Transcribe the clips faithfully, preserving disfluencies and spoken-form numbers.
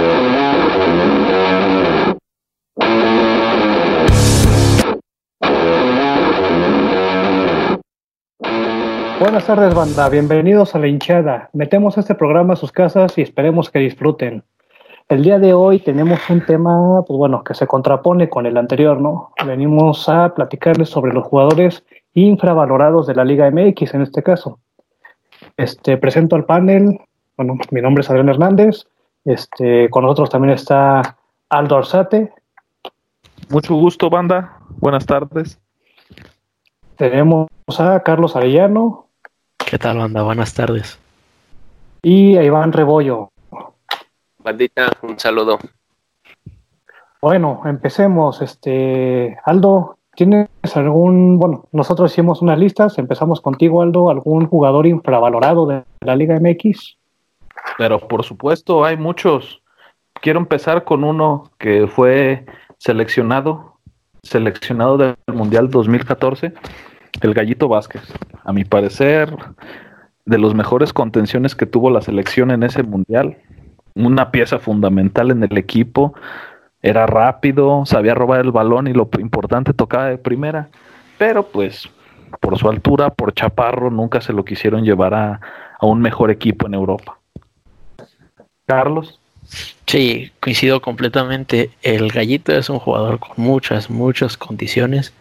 Buenas tardes, banda. Bienvenidos a La Hinchada. Metemos este programa a sus casas y esperemos que disfruten. El día de hoy tenemos un tema, pues bueno, que se contrapone con el anterior, ¿no? Venimos a platicarles sobre los jugadores infravalorados de la Liga M X en este caso. Este, presento al panel. Bueno, mi nombre es Adrián Hernández. Este, con nosotros también está Aldo Arzate. Mucho gusto, banda. Buenas tardes. Tenemos a Carlos Arellano. ¿Qué tal, banda? Buenas tardes. Y a Iván Rebollo. Bandita, un saludo. Bueno, empecemos. Este, Aldo, ¿tienes algún, bueno, nosotros hicimos unas listas, empezamos contigo, Aldo, algún jugador infravalorado de la Liga M X? Pero por supuesto, hay muchos. Quiero empezar con uno que fue seleccionado, seleccionado del Mundial dos mil catorce, el Gallito Vázquez. A mi parecer, de los mejores contenciones que tuvo la selección en ese Mundial. Una pieza fundamental en el equipo, era rápido, sabía robar el balón y lo importante, tocaba de primera, pero pues por su altura, por chaparro, nunca se lo quisieron llevar a, a un mejor equipo en Europa. Carlos. Sí, coincido completamente. El Gallito es un jugador con muchas, muchas condiciones,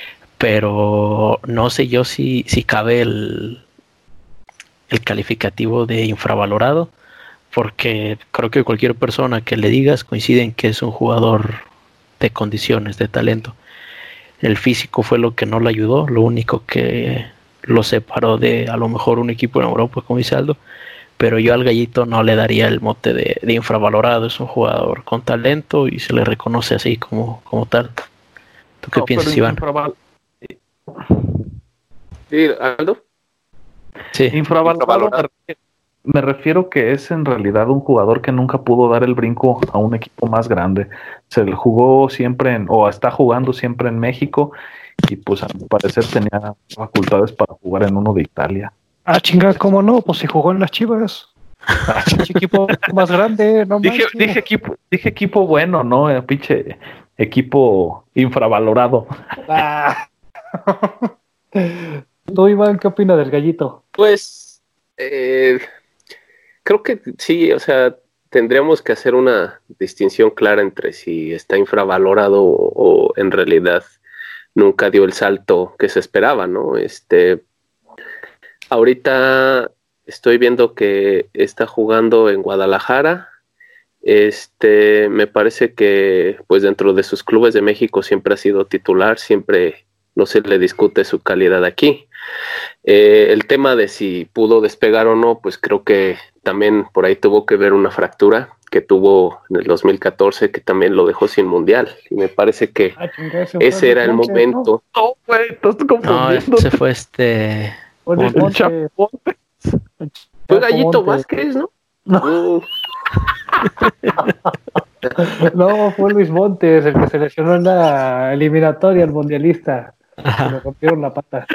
pero no sé yo si, si cabe el, el calificativo de infravalorado, porque creo que cualquier persona que le digas coincide en que es un jugador de condiciones, de talento. El físico fue lo que no le ayudó, lo único que lo separó de a lo mejor un equipo en Europa, como dice Aldo, pero yo al Gallito no le daría el mote de, de infravalorado. Es un jugador con talento y se le reconoce así como, como tal. ¿Tú qué No, piensas, Iván? Infraval... Sí, Aldo. Sí. Infravalorado, me refiero, me refiero que es en realidad un jugador que nunca pudo dar el brinco a un equipo más grande. Se le jugó siempre en, o está jugando siempre en México, y pues a mi parecer tenía facultades para jugar en uno de Italia. Ah, chingada, ¿cómo no? Pues si jugó en las Chivas. Pinche equipo más grande, no Dije, manches. dije equipo, dije equipo bueno, ¿no? Eh, pinche equipo infravalorado. Ah. ¿Tú, Iván, qué opinas del Gallito? Pues eh, creo que sí, o sea, tendríamos que hacer una distinción clara entre si está infravalorado o, o en realidad nunca dio el salto que se esperaba, ¿no? Este, ahorita estoy viendo que está jugando en Guadalajara. Este, me parece que pues dentro de sus clubes de México siempre ha sido titular, siempre no se le discute su calidad aquí. Eh, el tema de si pudo despegar o no, pues creo que también por ahí tuvo que ver una fractura que tuvo en el dos mil catorce, que también lo dejó sin mundial, y me parece que ah, chingada, ese, ese era el Montes, momento. No, güey, estás No, confundiendo. se fue este... ¿no? Luis Montes. Montes. Fue Gallito Montes. Vázquez, ¿no? No. Uh, No, fue Luis Montes el que se lesionó en la eliminatoria al mundialista. Se le rompieron la pata.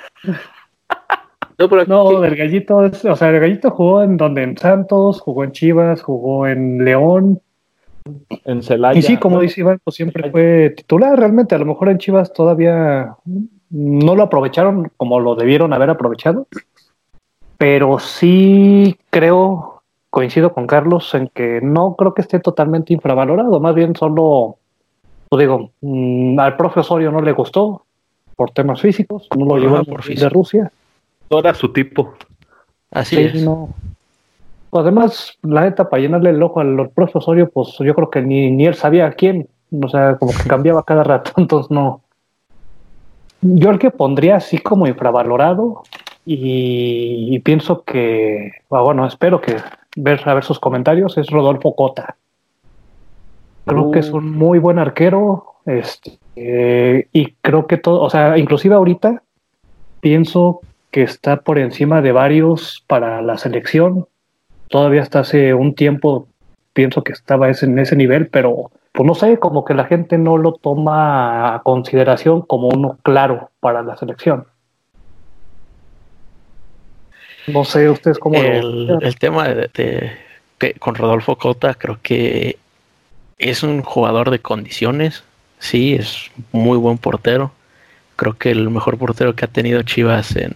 no, pero aquí, No, el Gallito, es, o sea, el Gallito jugó en donde, en Santos, jugó en Chivas, jugó en León. En Celaya. Y sí, como dice Iván, pues siempre fue titular realmente. A lo mejor en Chivas todavía no lo aprovecharon como lo debieron haber aprovechado. Pero sí creo, coincido con Carlos, en que no creo que esté totalmente infravalorado. Más bien solo, pues digo, mmm, al profe Osorio no le gustó por temas físicos. No lo Ajá, llevó por de físico. Rusia. No era su tipo. Así Sí, es. no. Además, la neta, para llenarle el ojo al profe Osorio, pues yo creo que ni, ni él sabía a quién. O sea, como que cambiaba cada rato, entonces no. Yo el que pondría así como infravalorado, y, y pienso que, ah, bueno, espero que ver a ver sus comentarios, es Rodolfo Cota. Creo Uh. que es un muy buen arquero, este, eh, y creo que todo, o sea, inclusive ahorita pienso que está por encima de varios para la selección. Todavía hasta hace un tiempo pienso que estaba ese, en ese nivel, pero pues no sé, como que la gente no lo toma a consideración como uno claro para la selección. No sé ustedes cómo El, lo... el tema de, de que con Rodolfo Cota creo que es un jugador de condiciones, sí, es muy buen portero. Creo que el mejor portero que ha tenido Chivas en,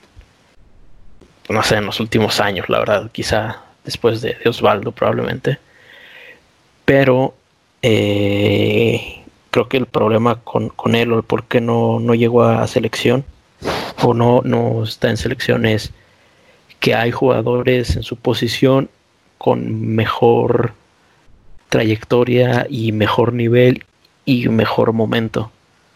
no sé, en los últimos años, la verdad, quizá después de, de Osvaldo probablemente. Pero eh, creo que el problema con, con él, o el por qué no, no llegó a selección, o no, no está en selección, es que hay jugadores en su posición con mejor trayectoria y mejor nivel y mejor momento.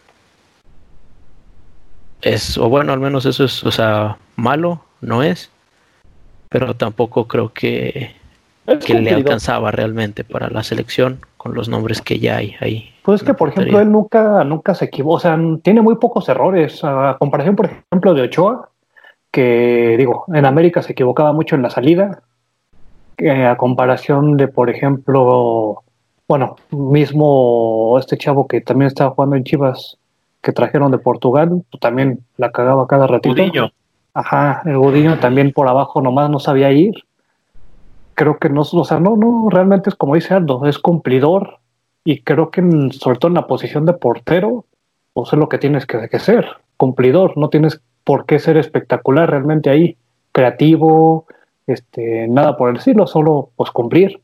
Es, o bueno, al menos eso es, o sea, malo, no es, pero tampoco creo que, que le alcanzaba realmente para la selección con los nombres que ya hay ahí. Pues es que, por ejemplo, él nunca, nunca se equivocó, o sea, tiene muy pocos errores, a comparación, por ejemplo, de Ochoa, que, digo, en América se equivocaba mucho en la salida, que a comparación de, por ejemplo, bueno, mismo este chavo que también estaba jugando en Chivas, que trajeron de Portugal, pues también la cagaba cada ratito. Gudiño. Ajá, el Gudiño también por abajo nomás no sabía ir. Creo que no, o sea, no, no, realmente es como dice Aldo, es cumplidor, y creo que en, sobre todo en la posición de portero, pues es lo que tienes que, que ser, cumplidor, no tienes por qué ser espectacular realmente ahí, creativo, este, nada por el estilo, solo pues cumplir.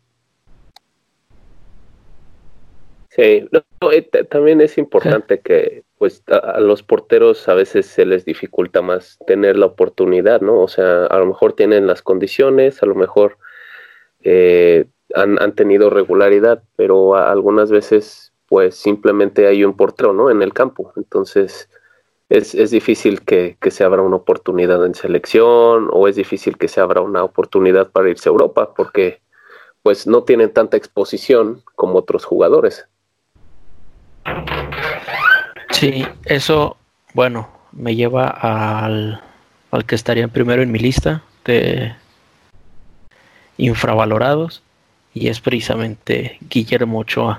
Sí, no, también es importante que pues a, a los porteros a veces se les dificulta más tener la oportunidad, ¿no? O sea, a lo mejor tienen las condiciones, a lo mejor eh, han, han tenido regularidad, pero a, algunas veces pues simplemente hay un portero, ¿no? En el campo, entonces es, es difícil que, que se abra una oportunidad en selección, o es difícil que se abra una oportunidad para irse a Europa, porque pues no tienen tanta exposición como otros jugadores. Sí, eso, bueno, me lleva al, al que estaría primero en mi lista de infravalorados, y es precisamente Guillermo Ochoa.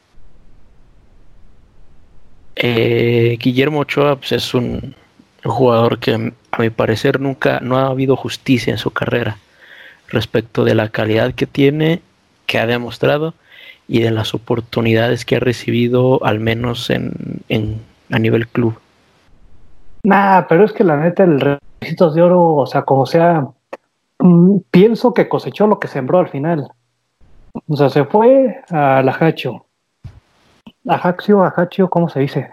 Eh, Guillermo Ochoa pues, es un, un jugador que a mi parecer nunca, no ha habido justicia en su carrera respecto de la calidad que tiene, que ha demostrado, y de las oportunidades que ha recibido, al menos en, en a nivel club. Nah, pero es que la neta el Requisitos de Oro, o sea, como sea, mmm, pienso que cosechó lo que sembró al final. O sea, se fue a Ajaccio. Ajaccio, Ajaccio, ¿cómo se dice?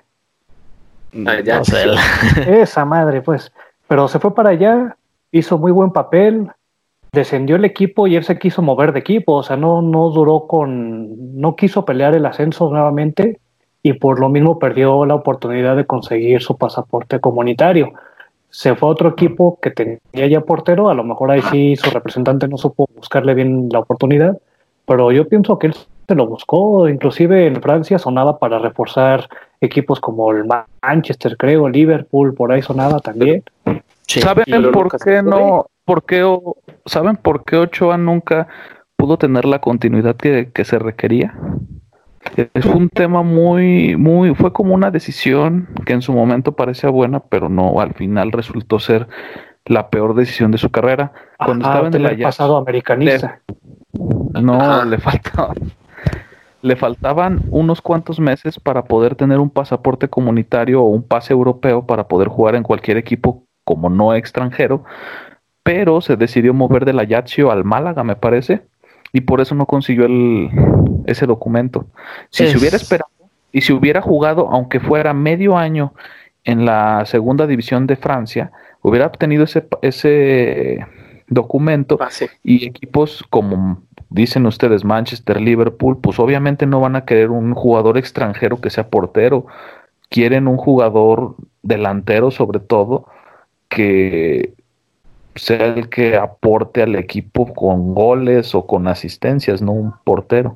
Allá. No sé, la... Esa madre, pues. Pero se fue para allá, hizo muy buen papel, descendió el equipo y él se quiso mover de equipo, o sea, no, no duró con, no quiso pelear el ascenso nuevamente, y por lo mismo perdió la oportunidad de conseguir su pasaporte comunitario. Se fue a otro equipo que tenía ya portero, a lo mejor ahí sí su representante no supo buscarle bien la oportunidad, pero yo pienso que él se lo buscó, inclusive en Francia sonaba para reforzar equipos como el Manchester, creo, Liverpool, por ahí sonaba también. Sí. ¿Saben por qué no? ¿Por qué, o, ¿Saben por qué Ochoa nunca pudo tener la continuidad que, que se requería? Es un tema muy, muy, fue como una decisión que en su momento parecía buena, pero no, al final resultó ser la peor decisión de su carrera. Cuando Ajá, estaba en el Ajax, pasado americanista. Le, no, Ajá. le faltaba. Le faltaban unos cuantos meses para poder tener un pasaporte comunitario o un pase europeo para poder jugar en cualquier equipo como no extranjero, pero se decidió mover del Ajaccio al Málaga, me parece, y por eso no consiguió el, ese documento. Si es... se hubiera esperado y si hubiera jugado, aunque fuera medio año en la segunda división de Francia, hubiera obtenido ese, ese documento, Pase. Y equipos como dicen ustedes, Manchester, Liverpool, pues obviamente no van a querer un jugador extranjero que sea portero, quieren un jugador delantero sobre todo, que sea el que aporte al equipo con goles o con asistencias, no un portero.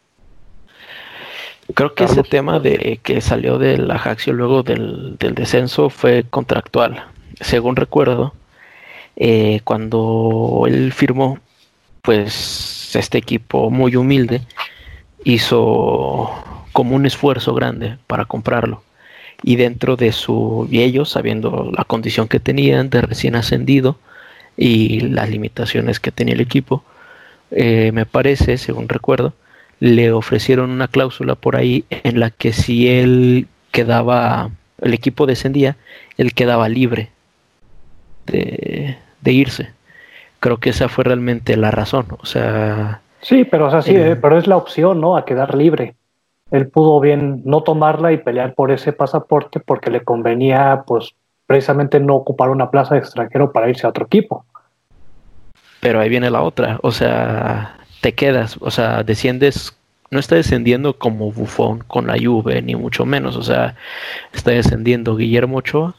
Creo que Carlos, ese tema de que salió del Ajaccio luego del, del descenso fue contractual. Según recuerdo, eh, cuando él firmó, pues este equipo muy humilde hizo como un esfuerzo grande para comprarlo. Y dentro de su, y ellos, sabiendo la condición que tenían de recién ascendido y las limitaciones que tenía el equipo, eh, me parece, según recuerdo, le ofrecieron una cláusula por ahí en la que si él quedaba, el equipo descendía, él quedaba libre de, de irse. Creo que esa fue realmente la razón, o sea... Sí, pero o sea, sí, eh, eh, pero es la opción, ¿no? A quedar libre. Él pudo bien no tomarla y pelear por ese pasaporte porque le convenía, pues, precisamente no ocupar una plaza de extranjero para irse a otro equipo. Pero ahí viene la otra, o sea, te quedas, o sea, desciendes, no está descendiendo como Buffon con la Juve, ni mucho menos, o sea, está descendiendo Guillermo Ochoa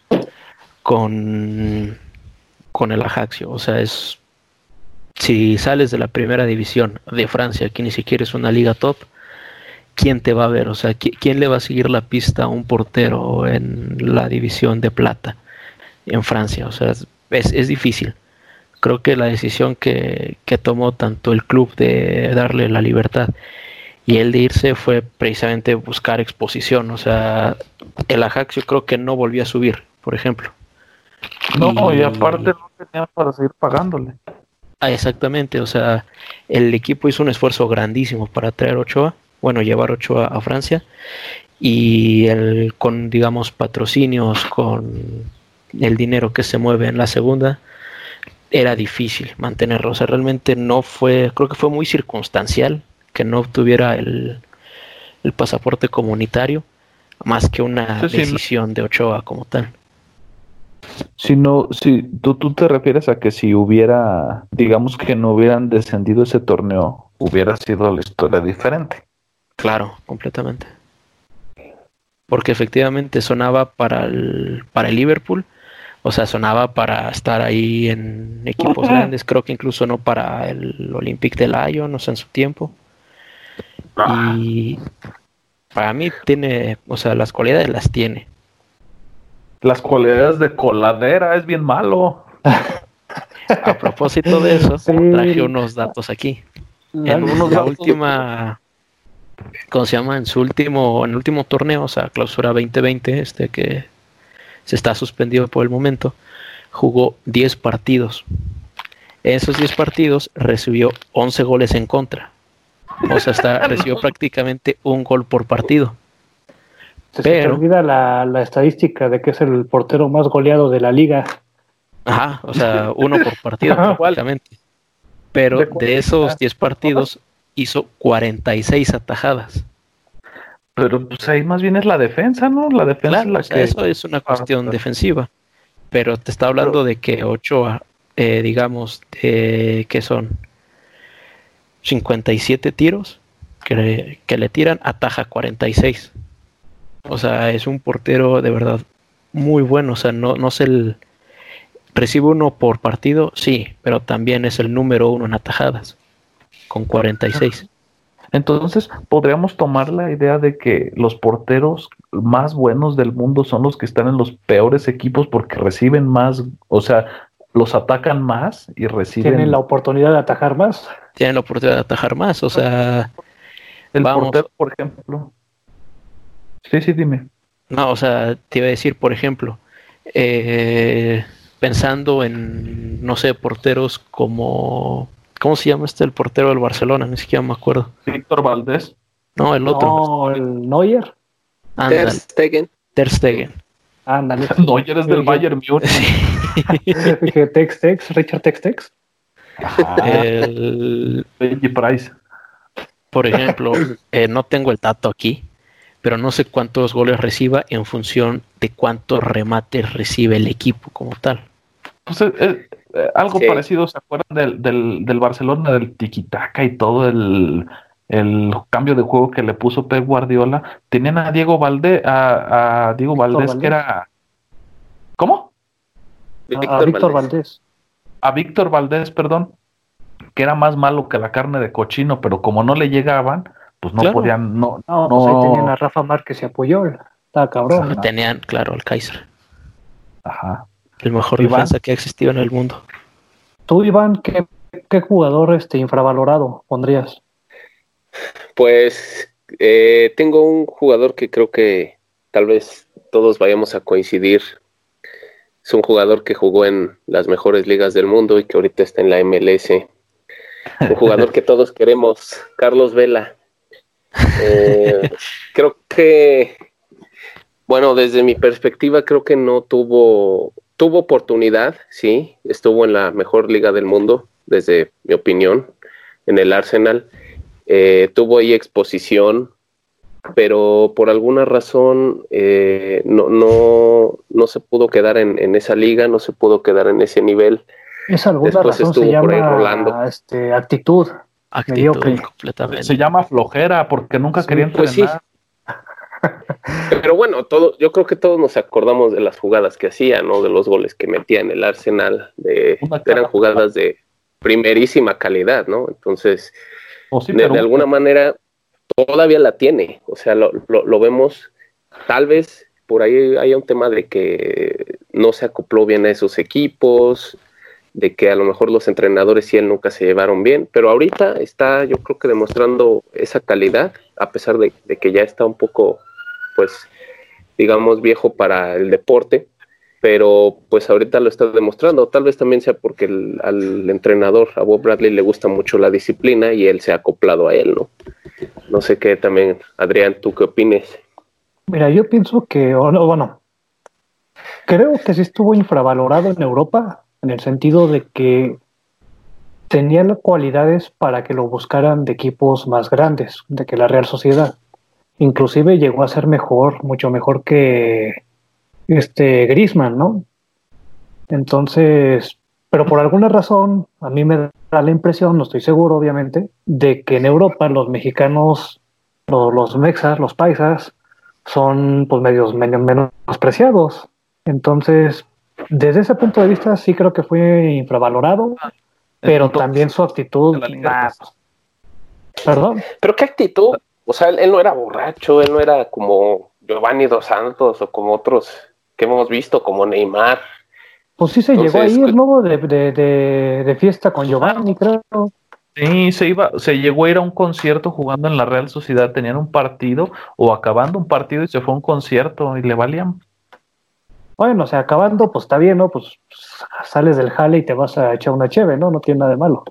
con, con el Ajaccio, o sea, es, si sales de la primera división de Francia, que ni siquiera es una liga top, ¿quién te va a ver? O sea, ¿quién le va a seguir la pista a un portero en la división de plata en Francia? O sea, es, es difícil. Creo que la decisión que, que tomó tanto el club de darle la libertad y él de irse fue precisamente buscar exposición. O sea, el Ajax yo creo que no volvió a subir, por ejemplo. No, y, y aparte no tenía para seguir pagándole. Ah, exactamente, o sea, el equipo hizo un esfuerzo grandísimo para traer Ochoa, bueno, llevar Ochoa a Francia, y el, con, digamos, patrocinios, con el dinero que se mueve en la segunda, era difícil mantenerlo. O sea, realmente no fue, creo que fue muy circunstancial que no obtuviera el, el pasaporte comunitario, más que una sí, decisión sí, no. de Ochoa como tal. Si no, si tú, tú te refieres a que si hubiera, digamos que no hubieran descendido ese torneo, hubiera sido la historia diferente. Claro, completamente. Porque efectivamente sonaba para el, para el Liverpool, o sea, sonaba para estar ahí en equipos uh-huh. grandes, creo que incluso no para el Olympique de Lyon, o sea, en su tiempo. Ah. Y para mí tiene, o sea, las cualidades las tiene. Las cualidades de coladera, es bien malo. A propósito de eso, sí. traje unos datos aquí. La, en unos la datos última, ¿cómo se llama? En su último, en el último torneo, o sea, clausura veinte veinte, este que se está suspendido por el momento, jugó diez partidos. En esos diez partidos recibió once goles en contra. O sea, está, recibió prácticamente un gol por partido. Se, Pero, se te olvida la, la estadística de que es el portero más goleado de la liga. Ajá, o sea, uno por partido prácticamente. Pero de, de esos diez partidos hizo cuarenta y seis atajadas. Pero pues ahí más bien es la defensa, ¿no? La defensa claro, es la o sea, que... eso es una cuestión ah, defensiva. Pero te está hablando pero... de que Ochoa, eh, digamos, eh, que son cincuenta y siete tiros que le, que le tiran, ataja cuarenta y seis. O sea, es un portero de verdad muy bueno. O sea, no, no es el... Recibe uno por partido, sí, pero también es el número uno en atajadas, con cuarenta y seis. Entonces, podríamos tomar la idea de que los porteros más buenos del mundo son los que están en los peores equipos porque reciben más, o sea, los atacan más y reciben... Tienen la oportunidad de atajar más. Tienen la oportunidad de atajar más, o sea... El vamos... portero, por ejemplo... Sí, sí, dime. No, o sea, te iba a decir, por ejemplo, eh, pensando en, no sé, porteros como... ¿Cómo se llama este el portero del Barcelona? Ni siquiera me acuerdo. Víctor Valdés. No, el otro. No, el Neuer. Ándale. Ter Stegen. Ter Stegen. Ándale. Neuer es del Bayern Múnich. Dije Tex Tex, Richard Tex Tex. El... Price. Por ejemplo, eh, no tengo el dato aquí, pero no sé cuántos goles reciba en función de cuántos remates recibe el equipo como tal. Pues eh, eh, algo sí. parecido, ¿se acuerdan del, del, del Barcelona, del tiki-taka y todo el, el cambio de juego que le puso Pep Guardiola? Tenían a Diego Valdés, a, a Diego Valdés, Valdés, que era... ¿Cómo? A, a Víctor Valdés. Valdés. A Víctor Valdés, perdón, que era más malo que la carne de cochino, pero como no le llegaban, pues no claro. podían... No, no, no pues ahí tenían a Rafa Márquez y apoyó, estaba cabrón. ¿no? Tenían, claro, al Kaiser. Ajá. El mejor Iván, defensa que ha existido en el mundo. Tú, Iván, ¿qué, qué jugador este infravalorado pondrías? Pues eh, tengo un jugador que creo que tal vez todos vayamos a coincidir. Es un jugador que jugó en las mejores ligas del mundo y que ahorita está en la M L S. un jugador que todos queremos, Carlos Vela. Eh, creo que, bueno, desde mi perspectiva, creo que no tuvo, tuvo oportunidad, sí, estuvo en la mejor liga del mundo, desde mi opinión, en el Arsenal, eh, tuvo ahí exposición, pero por alguna razón eh, no, no, no se pudo quedar en, en esa liga, no se pudo quedar en ese nivel. Es alguna Después razón estuvo se por ahí llama rolando. este, actitud. Actitud Mediocre. completamente. Se llama flojera porque nunca Sí, quería pues entrenar. sí. Pero bueno, todo, yo creo que todos nos acordamos de las jugadas que hacía, ¿no? De los goles que metía en el Arsenal, de, Una eran cada- jugadas de primerísima calidad, ¿no? Entonces, O sí, de, pero de alguna manera todavía la tiene, o sea, lo, lo, lo vemos, tal vez por ahí haya un tema de que no se acopló bien a esos equipos, de que a lo mejor los entrenadores y él nunca se llevaron bien, pero ahorita está, yo creo que demostrando esa calidad, a pesar de, de que ya está un poco, pues, digamos, viejo para el deporte, pero pues ahorita lo está demostrando, tal vez también sea porque el, al entrenador, a Bob Bradley, le gusta mucho la disciplina y él se ha acoplado a él, ¿no? No sé qué también, Adrián, ¿tú qué opines? Mira, yo pienso que, o no, bueno, creo que sí estuvo infravalorado en Europa, en el sentido de que tenía las cualidades para que lo buscaran de equipos más grandes, de que la Real Sociedad. Inclusive llegó a ser mejor, mucho mejor que este Griezmann, ¿no? Entonces, pero por alguna razón, a mí me da la impresión, no estoy seguro, obviamente, de que en Europa los mexicanos, los, los mexas, los paisas, son pues medios menos menospreciados. Entonces, desde ese punto de vista, sí creo que fue infravalorado, pero Entonces, también su actitud, de la liga, nah, pues, perdón. Pero qué actitud, o sea, él, él no era borracho, él no era como Giovanni Dos Santos o como otros que hemos visto, como Neymar. Pues sí se Entonces, llegó ahí, pues, ¿no? De, de, de, de fiesta con Giovanni, creo. sí, se iba, se llegó a ir a un concierto jugando en la Real Sociedad, tenían un partido o acabando un partido y se fue a un concierto y le valían. Bueno, o sea, acabando, pues está bien, ¿no? Pues sales del jale y te vas a echar una cheve, ¿no? No tiene nada de malo.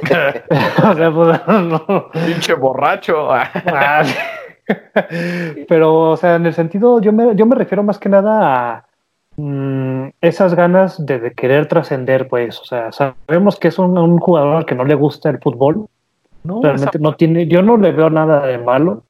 O sea, pues, no. Pinche borracho. Ah, sí. Pero, o sea, en el sentido, yo me, yo me refiero más que nada a mm, esas ganas de, de querer trascender, pues, o sea, sabemos que es un, un jugador al que no le gusta el fútbol, No, realmente esa- no tiene, yo no le veo nada de malo,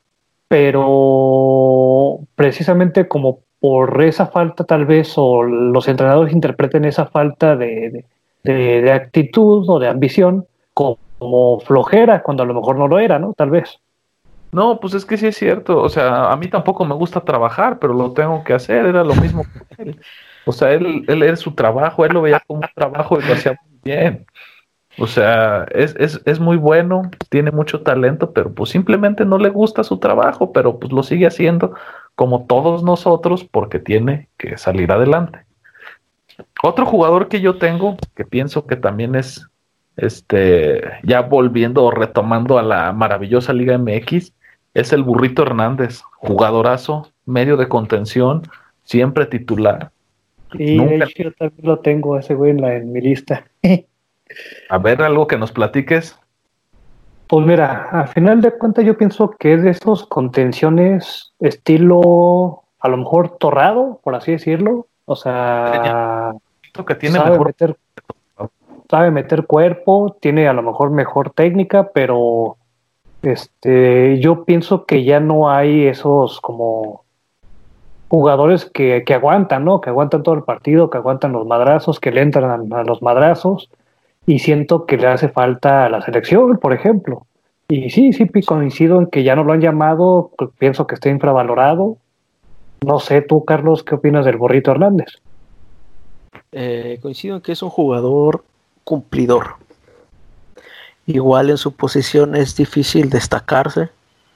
pero precisamente como por esa falta tal vez, o los entrenadores interpreten esa falta de, de, de- de actitud o de ambición como, como flojera, cuando a lo mejor no lo era, ¿no? Tal vez. no, pues es que sí es cierto. O sea, a mí tampoco me gusta trabajar, pero lo tengo que hacer. Era lo mismo que él. O sea, él, él era su trabajo, él lo veía como un trabajo y lo hacía muy bien. O sea, es, es, es muy bueno, tiene mucho talento, pero pues simplemente no le gusta su trabajo, pero pues lo sigue haciendo como todos nosotros porque tiene que salir adelante. Otro jugador que yo tengo, que pienso que también es, este, ya volviendo o retomando a la maravillosa Liga M X, es el Burrito Hernández, jugadorazo, medio de contención, siempre titular. Y de Nunca, hecho yo también lo tengo ese güey en, la, en mi lista. a ver algo que nos platiques. Pues mira, al final de cuentas yo pienso que es de esos contenciones estilo, a lo mejor torrado, por así decirlo. O sea, Siento que tiene sabe mejor. meter, sabe meter cuerpo, tiene a lo mejor mejor técnica, pero este, yo pienso que ya no hay esos como jugadores que, que aguantan, ¿no? Que aguantan todo el partido, que aguantan los madrazos, que le entran a, a los madrazos. Y siento que le hace falta a la selección, por ejemplo. Y sí, sí, coincido en que ya no lo han llamado, que pienso que está infravalorado. No sé, tú, Carlos, ¿qué opinas del Burrito Hernández? Eh, coincido en que es un jugador cumplidor. Igual en su posición es difícil destacarse.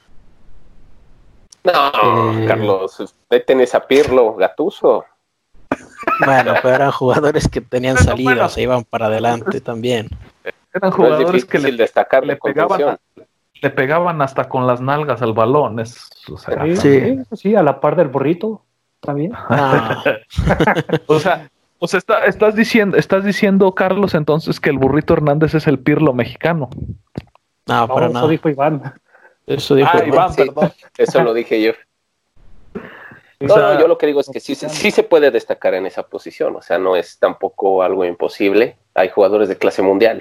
no, Eh, Carlos, usted tenés a Pirlo, Gattuso. Bueno, pero eran jugadores que tenían Bueno, salida, bueno. o sea, iban para adelante también. Eran No es jugadores que difícil le, destacar le de contención. pegaban, le pegaban hasta con las nalgas al balón. Es, o sea, Sí, Sí. también. sí, sí, a la par del Burrito, también. No, O sea, O sea, está, estás diciendo, estás diciendo, Carlos, entonces que el Burrito Hernández es el Pirlo mexicano. No, No, para eso nada. dijo Iván. Eso dijo Ah, Iván. Iván, Sí, perdón. eso lo dije yo. O No, sea, no, yo lo que digo es que sí, se- sí se puede destacar en esa posición, o sea, no es tampoco algo imposible. Hay jugadores de clase mundial.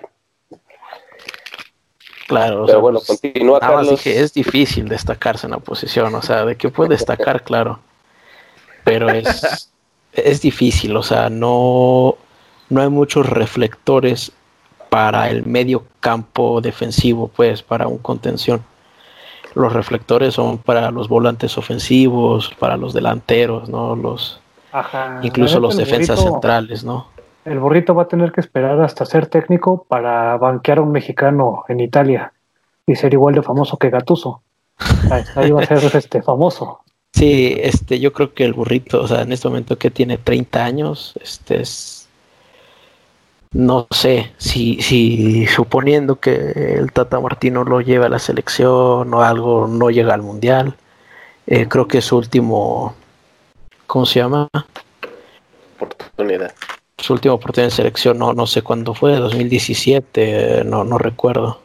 Claro, o Pero sea, bueno, pues, continúa, nada más Carlos. dije, es difícil destacarse en la posición, o sea, de que puede destacar, claro, pero es, es difícil, o sea, no, no hay muchos reflectores para el medio campo defensivo, pues, para un contención. Los reflectores son para los volantes ofensivos, para los delanteros, ¿no? Los, Ajá, la incluso neta, los el defensas burrito, centrales, ¿no? el burrito va a tener que esperar hasta ser técnico para banquear a un mexicano en Italia y ser igual de famoso que Gattuso. Ahí, ahí va a ser este famoso. Sí, este, yo creo que el burrito, o sea, en este momento que tiene treinta años, este es, no sé, si, si suponiendo que el Tata Martino lo lleva a la selección o algo, no llega al mundial, eh, creo que su último, ¿cómo se llama? Oportunidad. Su última oportunidad en selección, no, no sé cuándo fue, dos mil diecisiete, no, no recuerdo.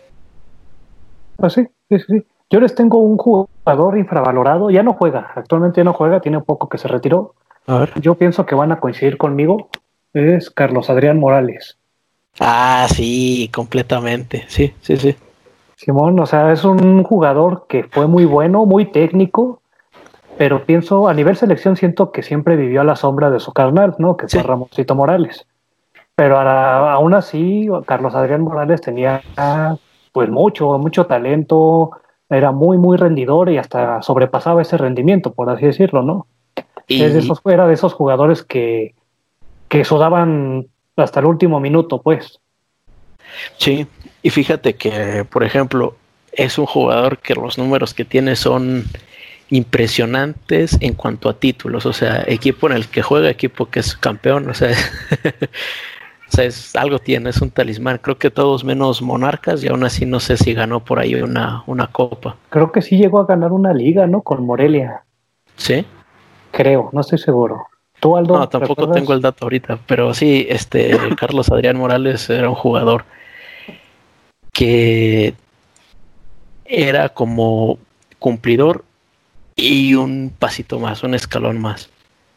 Ah, sí, sí, sí. Yo les tengo un jugador infravalorado, ya no juega, actualmente ya no juega, tiene poco que se retiró. A ver. Yo pienso que van a coincidir conmigo, es Carlos Adrián Morales. Ah, sí, completamente, sí, sí, sí. Simón, o sea, es un jugador que fue muy bueno, muy técnico, pero pienso, a nivel selección siento que siempre vivió a la sombra de su carnal, ¿no? Que fue Sí. Ramoncito Morales. Pero a- aún así, Carlos Adrián Morales tenía pues mucho, mucho talento, era muy, muy rendidor y hasta sobrepasaba ese rendimiento, por así decirlo, ¿no? Es de Y esos, era de esos jugadores que, que sudaban hasta el último minuto, pues. sí, y fíjate que, por ejemplo, es un jugador que los números que tiene son impresionantes en cuanto a títulos, o sea, equipo en el que juega, equipo que es campeón, o sea, o sea, es algo tiene, es un talismán, creo que todos menos Monarcas y aún así no sé si ganó por ahí una, una copa, Creo que sí llegó a ganar una liga, ¿no? Con Morelia, ¿sí? creo, no estoy seguro. ¿Tú, No, Aldo, tampoco recuerdas? tengo el dato ahorita, pero sí, este, Carlos Adrián Morales era un jugador que era como cumplidor y un pasito más, un escalón más.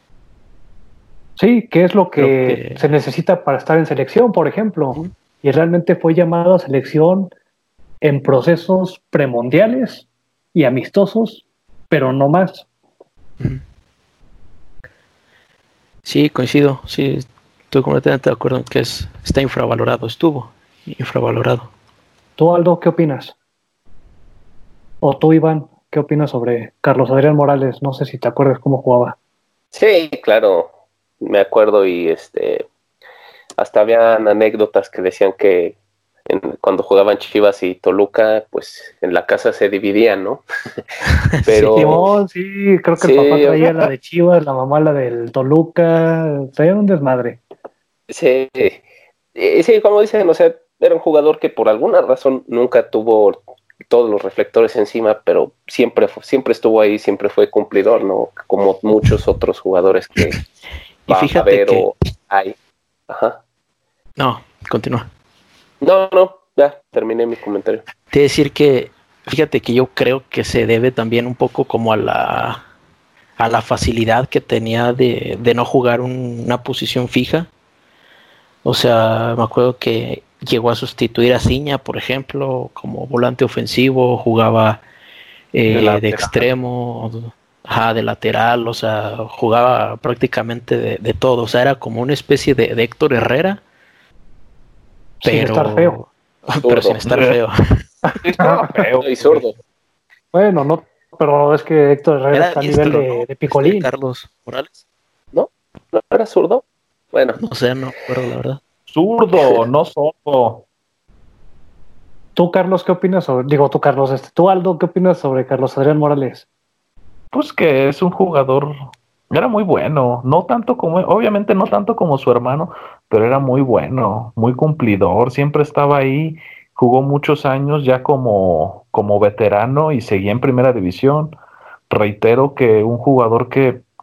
Sí, que es lo Creo que que se necesita para estar en selección, por ejemplo. uh, Y realmente fue llamado a selección en procesos premundiales y amistosos, pero no más. uh, sí, coincido, sí, estoy completamente de acuerdo en que es, está infravalorado, estuvo infravalorado. ¿Tú, Aldo, qué opinas? O tú, Iván, ¿qué opinas sobre Carlos Adrián Morales? No sé si te acuerdas cómo jugaba. Sí, claro, me acuerdo y este, hasta habían anécdotas que decían que en, cuando jugaban Chivas y Toluca, pues en la casa se dividían, ¿no? Pero Simón, sí, creo que el papá sí, o traía sea, la de Chivas, la mamá la del Toluca, traían un desmadre. sí, eh, sí, como dicen, o sea, era un jugador que por alguna razón nunca tuvo todos los reflectores encima, pero siempre, fu- siempre estuvo ahí, siempre fue cumplidor, ¿no? Como muchos otros jugadores que Y va a fíjate haber que, o hay. Ajá. no, continúa. No, no, ya terminé mi comentario. Te decir que, fíjate que yo creo que se debe también un poco como a la, a la facilidad que tenía de, de no jugar un, una posición fija. O sea, me acuerdo que llegó a sustituir a Ciña, por ejemplo, como volante ofensivo, jugaba de eh, de lateral. extremo, ajá, de lateral, o sea, jugaba prácticamente de, de todo. O sea, era como una especie de, de Héctor Herrera, Sin estar feo. pero, pero sin estar feo. Sí, estaba feo. Y zurdo. Bueno, no, pero es que Héctor Herrera Era está a nivel diestro, de, ¿no? de Este picolín. Carlos Morales. ¿No? ¿No era zurdo? Bueno, No sé, no recuerdo la verdad. Zurdo, no sordo. Tú, Carlos, ¿qué opinas sobre, digo tú, Carlos, este, tú, Aldo, ¿qué opinas sobre Carlos Adrián Morales? Pues que es un jugador, era muy bueno, no tanto como, obviamente no tanto como su hermano, pero era muy bueno, muy cumplidor, siempre estaba ahí, jugó muchos años ya como, como veterano y seguía en primera división. Reitero que un jugador que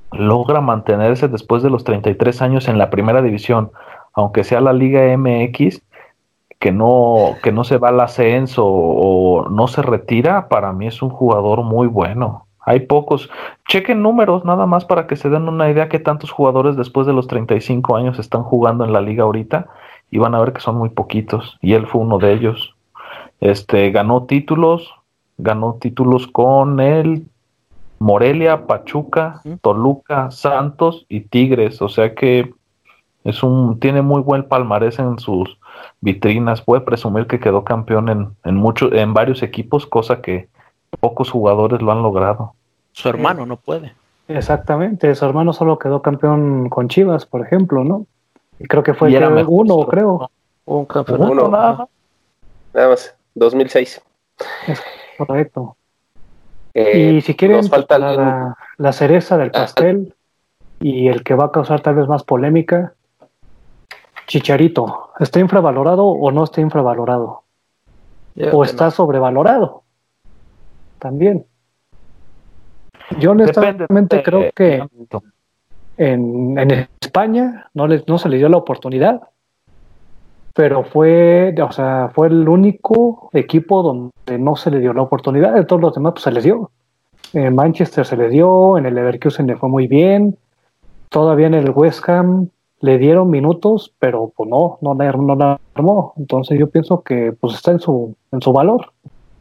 logra mantenerse después de los treinta y tres años en la primera división, aunque sea la Liga M X, que no, que no se va al ascenso o no se retira, para mí es un jugador muy bueno. Hay pocos. Chequen números nada más para que se den una idea que tantos jugadores después de los treinta y cinco años están jugando en la liga ahorita y van a ver que son muy poquitos. Y él fue uno de ellos. Este, ganó títulos, ganó títulos con el Morelia, Pachuca, Toluca, Santos y Tigres. O sea que es un, tiene muy buen palmarés en sus vitrinas. Puede presumir que quedó campeón en, en, mucho, en varios equipos, cosa que pocos jugadores lo han logrado. Su hermano no puede. Exactamente, su hermano solo quedó campeón con Chivas, por ejemplo, ¿no? Y creo que fue Y era que mejor, uno, creo. Un campeonato. Uno. Nada más. Nada más, dos mil seis. Es correcto. Eh, Y si quieren, nos falta la, alguien. la, la cereza del pastel y el que va a causar tal vez más polémica, Chicharito, ¿está infravalorado o no está infravalorado? Yo ¿O que está no. sobrevalorado? También. Yo Depende honestamente de- creo de que ámbito. en, en España no, les, no se le dio la oportunidad, pero fue, o sea, fue el único equipo donde no se le dio la oportunidad. De todos los demás pues se les dio. En Manchester se le dio, en el Leverkusen le fue muy bien, todavía en el West Ham le dieron minutos, pero pues no, no la, no la armó. Entonces yo pienso que pues está en su, en su valor.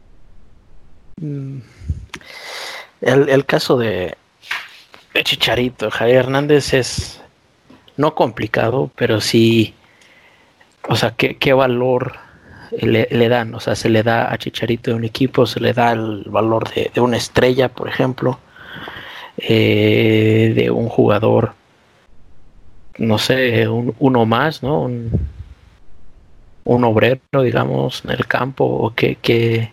Mm. El, el caso de, de Chicharito, Javier Hernández es no complicado, pero sí, o sea, ¿qué, qué valor le, le dan? O sea, se le da a Chicharito de un equipo, se le da el valor de, de una estrella, por ejemplo, eh, de un jugador, no sé, un, uno más, ¿no? Un, un obrero, digamos, en el campo, o que... que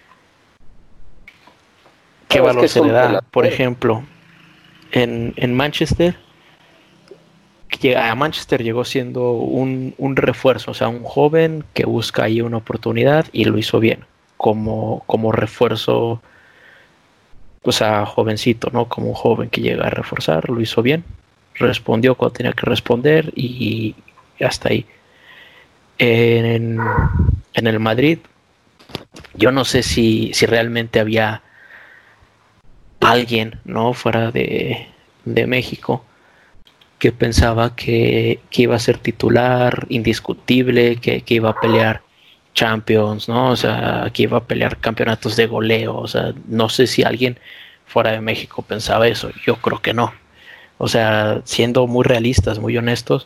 ¿Qué No, es valor que se es le un da? delantero. Por ejemplo, en, en Manchester, que a Manchester llegó siendo un, un refuerzo, o sea, un joven que busca ahí una oportunidad y lo hizo bien, como, como refuerzo, o sea, jovencito, ¿no? Como un joven que llega a reforzar, lo hizo bien, respondió cuando tenía que responder y hasta ahí. En, en el Madrid, yo no sé si, si realmente había alguien, ¿no? Fuera de, de México que pensaba que, que iba a ser titular indiscutible, que, que iba a pelear Champions, ¿no? O sea, que iba a pelear campeonatos de goleo. O sea, no sé si alguien fuera de México pensaba eso. Yo creo que no. O sea, siendo muy realistas, muy honestos,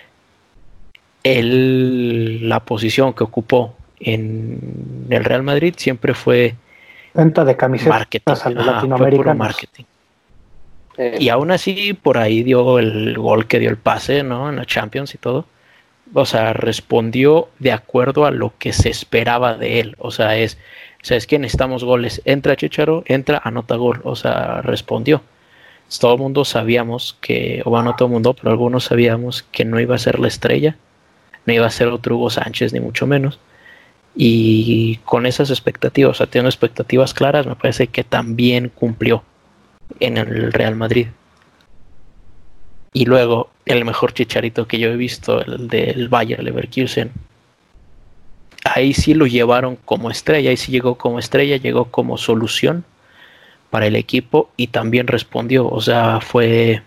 él, la posición que ocupó en el Real Madrid siempre fue Venta de camisetas marketing. a los Ajá, fue puro latinoamericanos. marketing. Eh, Y aún así, por ahí dio el gol que dio el pase, ¿no? En la Champions y todo. O sea, respondió de acuerdo a lo que se esperaba de él. O sea, es, ¿sabes qué? Necesitamos goles. Entra Chicharo, entra, anota gol. O sea, respondió. Todo el mundo sabíamos que, o bueno, no todo el mundo, pero algunos sabíamos que no iba a ser la estrella. No iba a ser otro Hugo Sánchez, ni mucho menos. Y con esas expectativas, o sea, teniendo expectativas claras, me parece que también cumplió en el Real Madrid. Y luego el mejor Chicharito que yo he visto, el del Bayer Leverkusen, ahí sí lo llevaron como estrella, ahí sí llegó como estrella, llegó como solución para el equipo y también respondió. O sea, fue,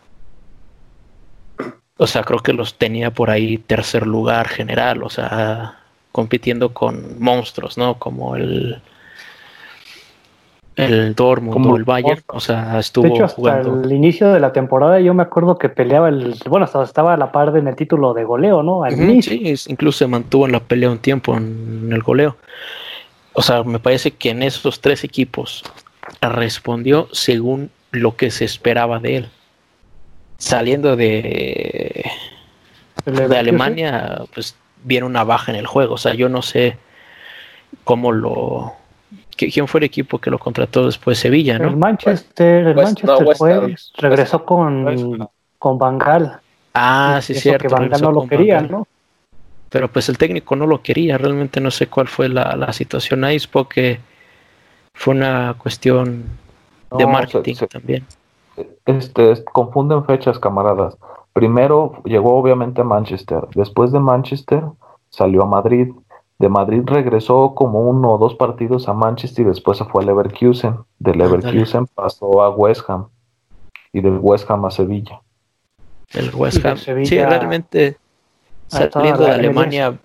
o sea, creo que los tenía por ahí tercer lugar general, o sea, compitiendo con monstruos, ¿no? Como el el Dortmund Como o el Bayern, o sea, estuvo De hecho, hasta jugando. el inicio de la temporada yo me acuerdo que peleaba el, bueno, hasta estaba a la par en el título de goleo, ¿no? Al Ujú, inicio. sí, es- incluso se mantuvo en la pelea un tiempo en, en el goleo. O sea, me parece que en esos tres equipos respondió según lo que se esperaba de él. Saliendo de, El de Leverkusen. Alemania, pues viene una baja en el juego. O sea, yo no sé cómo lo... que- ¿Quién fue el equipo que lo contrató después? Sevilla, El ¿no? Manchester, el West- Manchester no, West fue, Ham. regresó West con, Ham. con Van Gaal. Ah, Y sí, eso cierto. que Van Gaal regresó no lo con quería, Van Gaal. ¿no? Pero pues el técnico no lo quería. Realmente no sé cuál fue la, la situación ahí. Porque fue una cuestión de No, marketing se- se- también. Este, confunden fechas, camaradas. Primero llegó obviamente a Manchester, después de Manchester salió a Madrid, de Madrid regresó como uno o dos partidos a Manchester y después se fue a Leverkusen, de Ándale, Leverkusen pasó a West Ham y de West Ham a Sevilla. el Y West de Ham. Sí, Sevilla realmente a toda saliendo de la M L S. Alemania.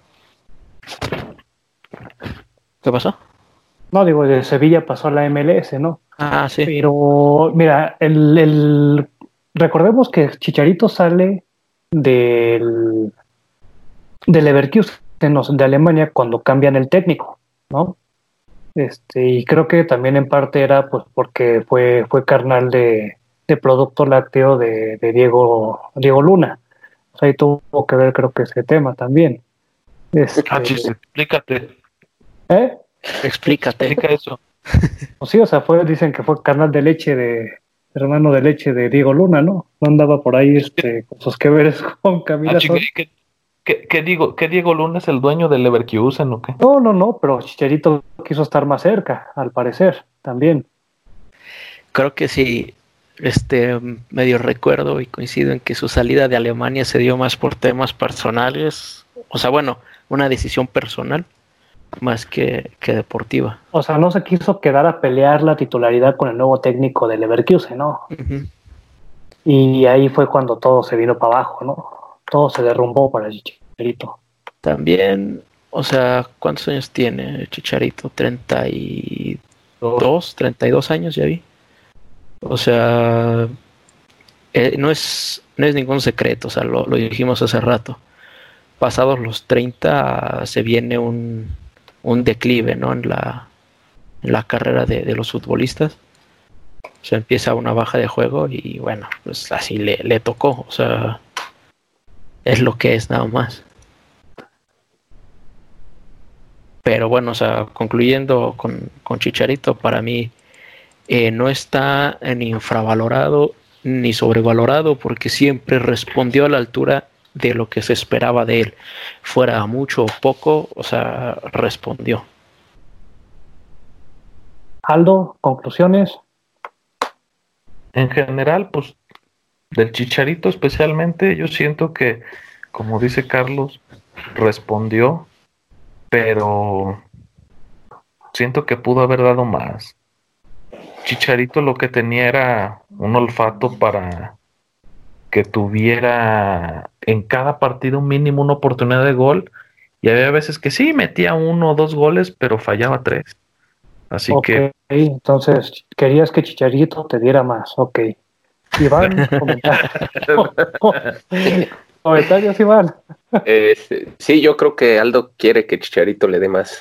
¿Qué pasó? No, digo, de Sevilla pasó a la M L S, ¿no? Ah, sí. Pero, mira, el, el- recordemos que Chicharito sale del, del Leverkusen, o sea, de Alemania, cuando cambian el técnico, ¿no? Este, y creo que también en parte era pues porque fue, fue carnal de, de producto lácteo de, de Diego, Diego Luna. O sea, ahí tuvo que ver creo que ese tema también. Ah, Este, chis, explícate, ¿eh? Explícate. explica eso. Pues sí, o sea, fue, dicen que fue carnal de leche de, hermano de leche de Diego Luna, ¿no? No andaba por ahí este, con sus que veres con Ah, Camila chinga, Sol. ¿y ¿qué, qué, qué digo? ¿Qué Diego Luna es el dueño del Leverkusen o qué? No, no, no, pero Chicharito quiso estar más cerca, al parecer, también. Creo que sí, este medio recuerdo y coincido en que su salida de Alemania se dio más por temas personales, o sea, bueno, una decisión personal más que, que deportiva. O sea, no se quiso quedar a pelear la titularidad con el nuevo técnico del Leverkusen, ¿no? Uh-huh. Y ahí fue cuando todo se vino para abajo, ¿no? Todo se derrumbó para el Chicharito. También, o sea, ¿cuántos años tiene Chicharito? treinta y dos, treinta y dos años ya vi. O sea, eh, no es no es ningún secreto, o sea, lo, lo dijimos hace rato. Pasados los treinta se viene un, un declive, ¿no? En la, en la carrera de, de los futbolistas. O sea, empieza una baja de juego y bueno, pues así le, le tocó. O sea, es lo que es nada más. Pero bueno, o sea, concluyendo con, con Chicharito, para mí eh, no está ni infravalorado ni sobrevalorado porque siempre respondió a la altura de lo que se esperaba de él. Fuera mucho o poco, o sea, respondió. Aldo, conclusiones. En general, pues del Chicharito especialmente, yo siento que, como dice Carlos, respondió, pero siento que pudo haber dado más. Chicharito lo que tenía era un olfato para que tuviera en cada partido un mínimo una oportunidad de gol, y había veces que sí metía uno o dos goles, pero fallaba tres. Así Ok, que entonces querías que Chicharito te diera más. Ok. Iván, comentarios. Comentarios, Iván. Este, sí, yo creo que Aldo quiere que Chicharito le dé más.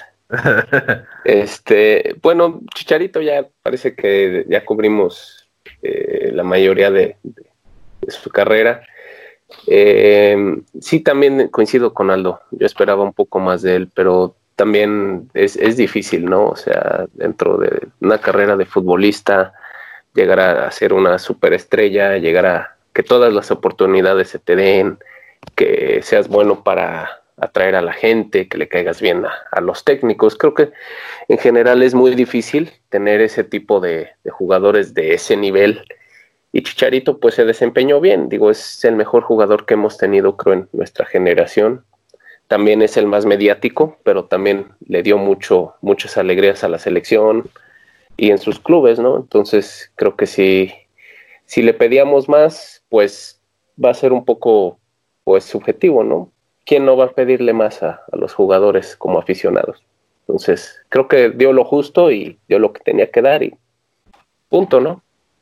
Este, bueno, Chicharito ya parece que ya cubrimos eh, la mayoría de, de, de su carrera. Eh, sí, también coincido con Aldo. Yo esperaba un poco más de él, pero también es, es difícil, ¿no? O sea, dentro de una carrera de futbolista, llegar a ser una superestrella, llegar a que todas las oportunidades se te den, que seas bueno para atraer a la gente, que le caigas bien a, a los técnicos. Creo que en general es muy difícil tener ese tipo de, de jugadores de ese nivel. Y Chicharito pues se desempeñó bien, digo, es el mejor jugador que hemos tenido creo en nuestra generación. También es el más mediático, pero también le dio mucho, muchas alegrías a la selección y en sus clubes, ¿no? Entonces creo que si, si le pedíamos más, pues va a ser un poco pues subjetivo, ¿no? ¿Quién no va a pedirle más a, a los jugadores como aficionados? Entonces creo que dio lo justo y dio lo que tenía que dar y punto, ¿no?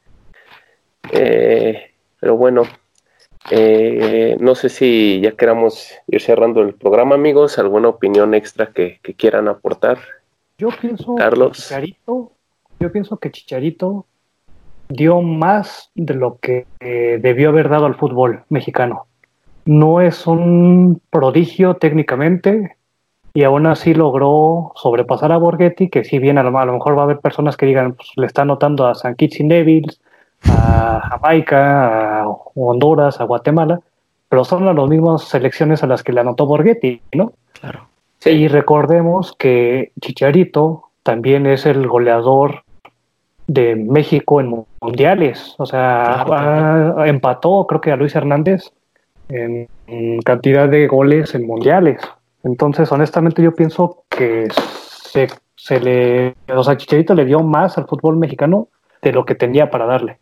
Eh, pero bueno, eh, no sé si ya queramos ir cerrando el programa, amigos. ¿Alguna opinión extra que, que quieran aportar? Yo pienso Carlos. que Chicharito, yo pienso que Chicharito dio más de lo que eh, debió haber dado al fútbol mexicano. No es un prodigio técnicamente y aún así logró sobrepasar a Borghetti, que si bien a lo, a lo mejor va a haber personas que digan, pues le está anotando a San Kitts y Neville, a Jamaica, a Honduras, a Guatemala, pero son las mismas selecciones a las que le anotó Borghetti, ¿no? Claro. Sí. Y recordemos que Chicharito también es el goleador de México en mundiales. O sea, Claro, ah, empató creo que a Luis Hernández en, en cantidad de goles en mundiales. Entonces, honestamente, yo pienso que se, se le, o sea, Chicharito le dio más al fútbol mexicano de lo que tenía para darle.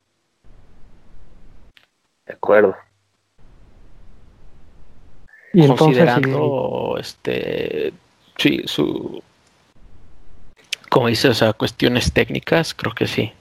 De acuerdo. Y entonces, considerando, este, sí, su, como dices, o sea, cuestiones técnicas, creo que sí.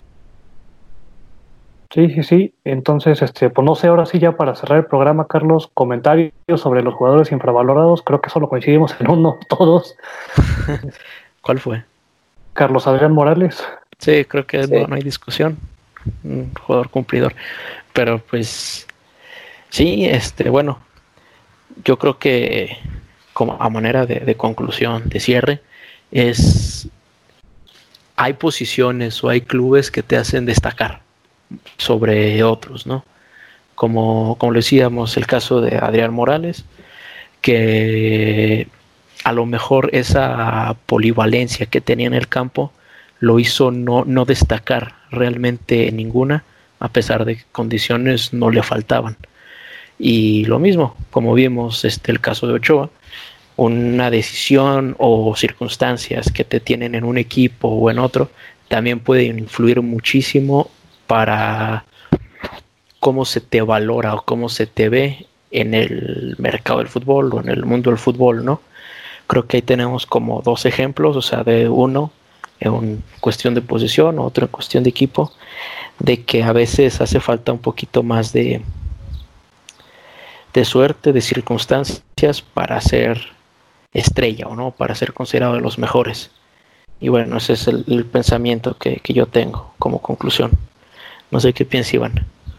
sí, sí, sí. Entonces, este, pues no sé, ahora sí ya para cerrar el programa, Carlos, comentarios sobre los jugadores infravalorados. Creo que solo coincidimos en uno todos. ¿Cuál fue? Carlos Adrián Morales. Sí, creo que Sí. no, no hay discusión. Un jugador cumplidor. Pero pues, sí, este, bueno, yo creo que como a manera de, de conclusión, de cierre, es hay posiciones o hay clubes que te hacen destacar sobre otros, ¿no? Como, como decíamos, el caso de Adrián Morales, que a lo mejor esa polivalencia que tenía en el campo lo hizo no, no destacar realmente en ninguna, a pesar de que condiciones no le faltaban. Y lo mismo, como vimos este, el caso de Ochoa, una decisión o circunstancias que te tienen en un equipo o en otro, también pueden influir muchísimo para cómo se te valora o cómo se te ve en el mercado del fútbol o en el mundo del fútbol, ¿no? Creo que ahí tenemos como dos ejemplos, o sea, de uno en cuestión de posición, otro en cuestión de equipo, de que a veces hace falta un poquito más de, de suerte, de circunstancias para ser estrella o no, para ser considerado de los mejores. Y bueno, ese es el, el pensamiento que, que yo tengo como conclusión. No sé qué piensa Iván.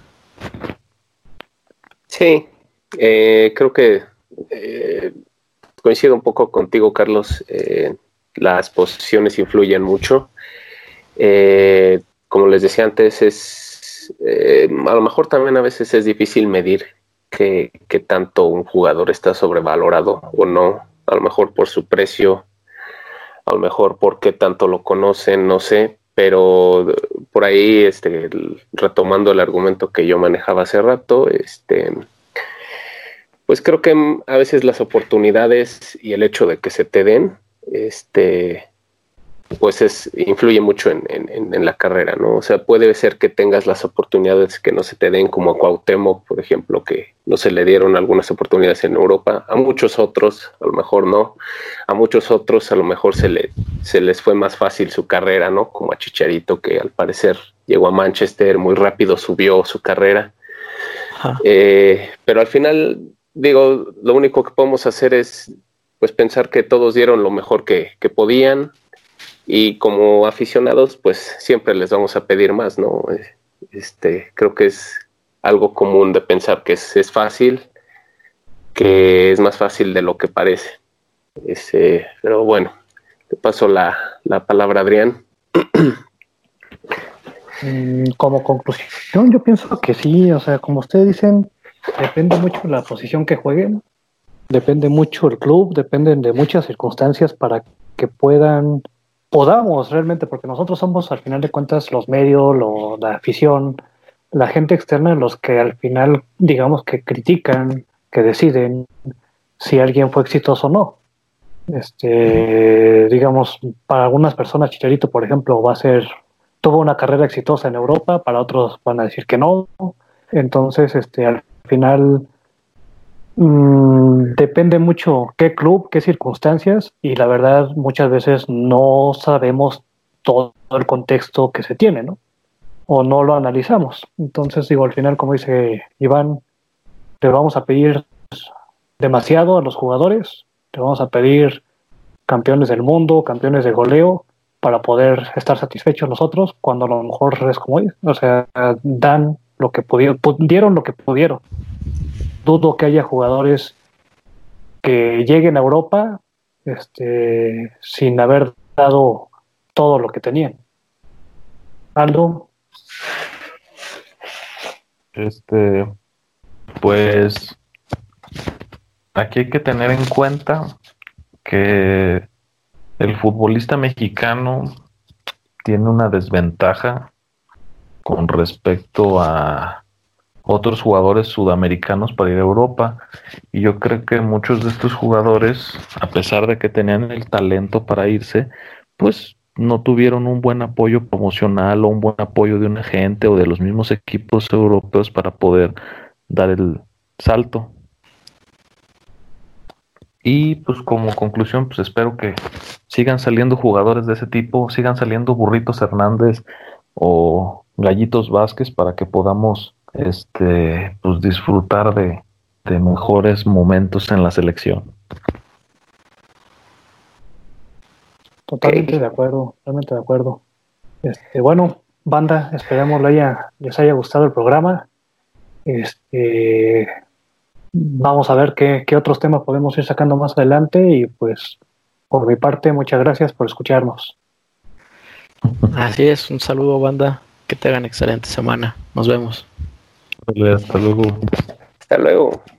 Sí, eh, creo que eh, coincido un poco contigo, Carlos. Eh, las posiciones influyen mucho. Eh, como les decía antes, es eh, a lo mejor también a veces es difícil medir qué qué tanto un jugador está sobrevalorado o no. A lo mejor por su precio, a lo mejor por qué tanto lo conocen, no sé. Pero por ahí, este, retomando el argumento que yo manejaba hace rato, este, pues creo que a veces las oportunidades y el hecho de que se te den, este, pues es, influye mucho en, en, en la carrera, ¿no? O sea, puede ser que tengas las oportunidades que no se te den, como a Cuauhtémoc, por ejemplo, que no se le dieron algunas oportunidades en Europa, a muchos otros, a lo mejor no, a muchos otros a lo mejor se, le, se les fue más fácil su carrera, ¿no? Como a Chicharito, que al parecer llegó a Manchester, muy rápido subió su carrera, eh, pero al final, digo, lo único que podemos hacer es pues pensar que todos dieron lo mejor que, que podían, y como aficionados pues siempre les vamos a pedir más, ¿no? Este, creo que es algo común de pensar que es, es fácil, que es más fácil de lo que parece. Este, pero bueno, te paso la, la palabra a Adrián. Como conclusión, yo pienso que sí, o sea, como ustedes dicen, depende mucho la posición que jueguen, depende mucho el club, dependen de muchas circunstancias para que puedan, podamos realmente, porque nosotros somos al final de cuentas los medios, lo, la afición, la gente externa, los que al final, digamos, que critican, que deciden si alguien fue exitoso o no. Este, digamos, para algunas personas, Chicharito, por ejemplo, va a ser, tuvo una carrera exitosa en Europa, para otros van a decir que no. Entonces, este, al final mmm, depende mucho qué club, qué circunstancias, y la verdad muchas veces no sabemos todo el contexto que se tiene, ¿no? O no lo analizamos. Entonces, digo, al final, como dice Iván, le vamos a pedir demasiado a los jugadores, le vamos a pedir campeones del mundo, campeones de goleo, para poder estar satisfechos nosotros, cuando a lo mejor es como ellos, o sea, dan lo que pudieron, dieron lo que pudieron. Dudo que haya jugadores que lleguen a Europa este, sin haber dado todo lo que tenían. Aldo. Este, pues aquí hay que tener en cuenta que el futbolista mexicano tiene una desventaja con respecto a otros jugadores sudamericanos para ir a Europa. Y yo creo que muchos de estos jugadores, a pesar de que tenían el talento para irse, pues no tuvieron un buen apoyo promocional o un buen apoyo de un agente o de los mismos equipos europeos para poder dar el salto. Y pues como conclusión, pues espero que sigan saliendo jugadores de ese tipo, sigan saliendo Burritos Hernández o Gallitos Vázquez para que podamos este pues disfrutar de, de mejores momentos en la selección. Totalmente de acuerdo, totalmente de acuerdo. Este, bueno, banda, esperemos le haya, les haya gustado el programa. Este, vamos a ver qué, qué otros temas podemos ir sacando más adelante y pues por mi parte, muchas gracias por escucharnos. Así es, un saludo, banda, que tengan excelente semana. Nos vemos. Hasta luego. Hasta luego.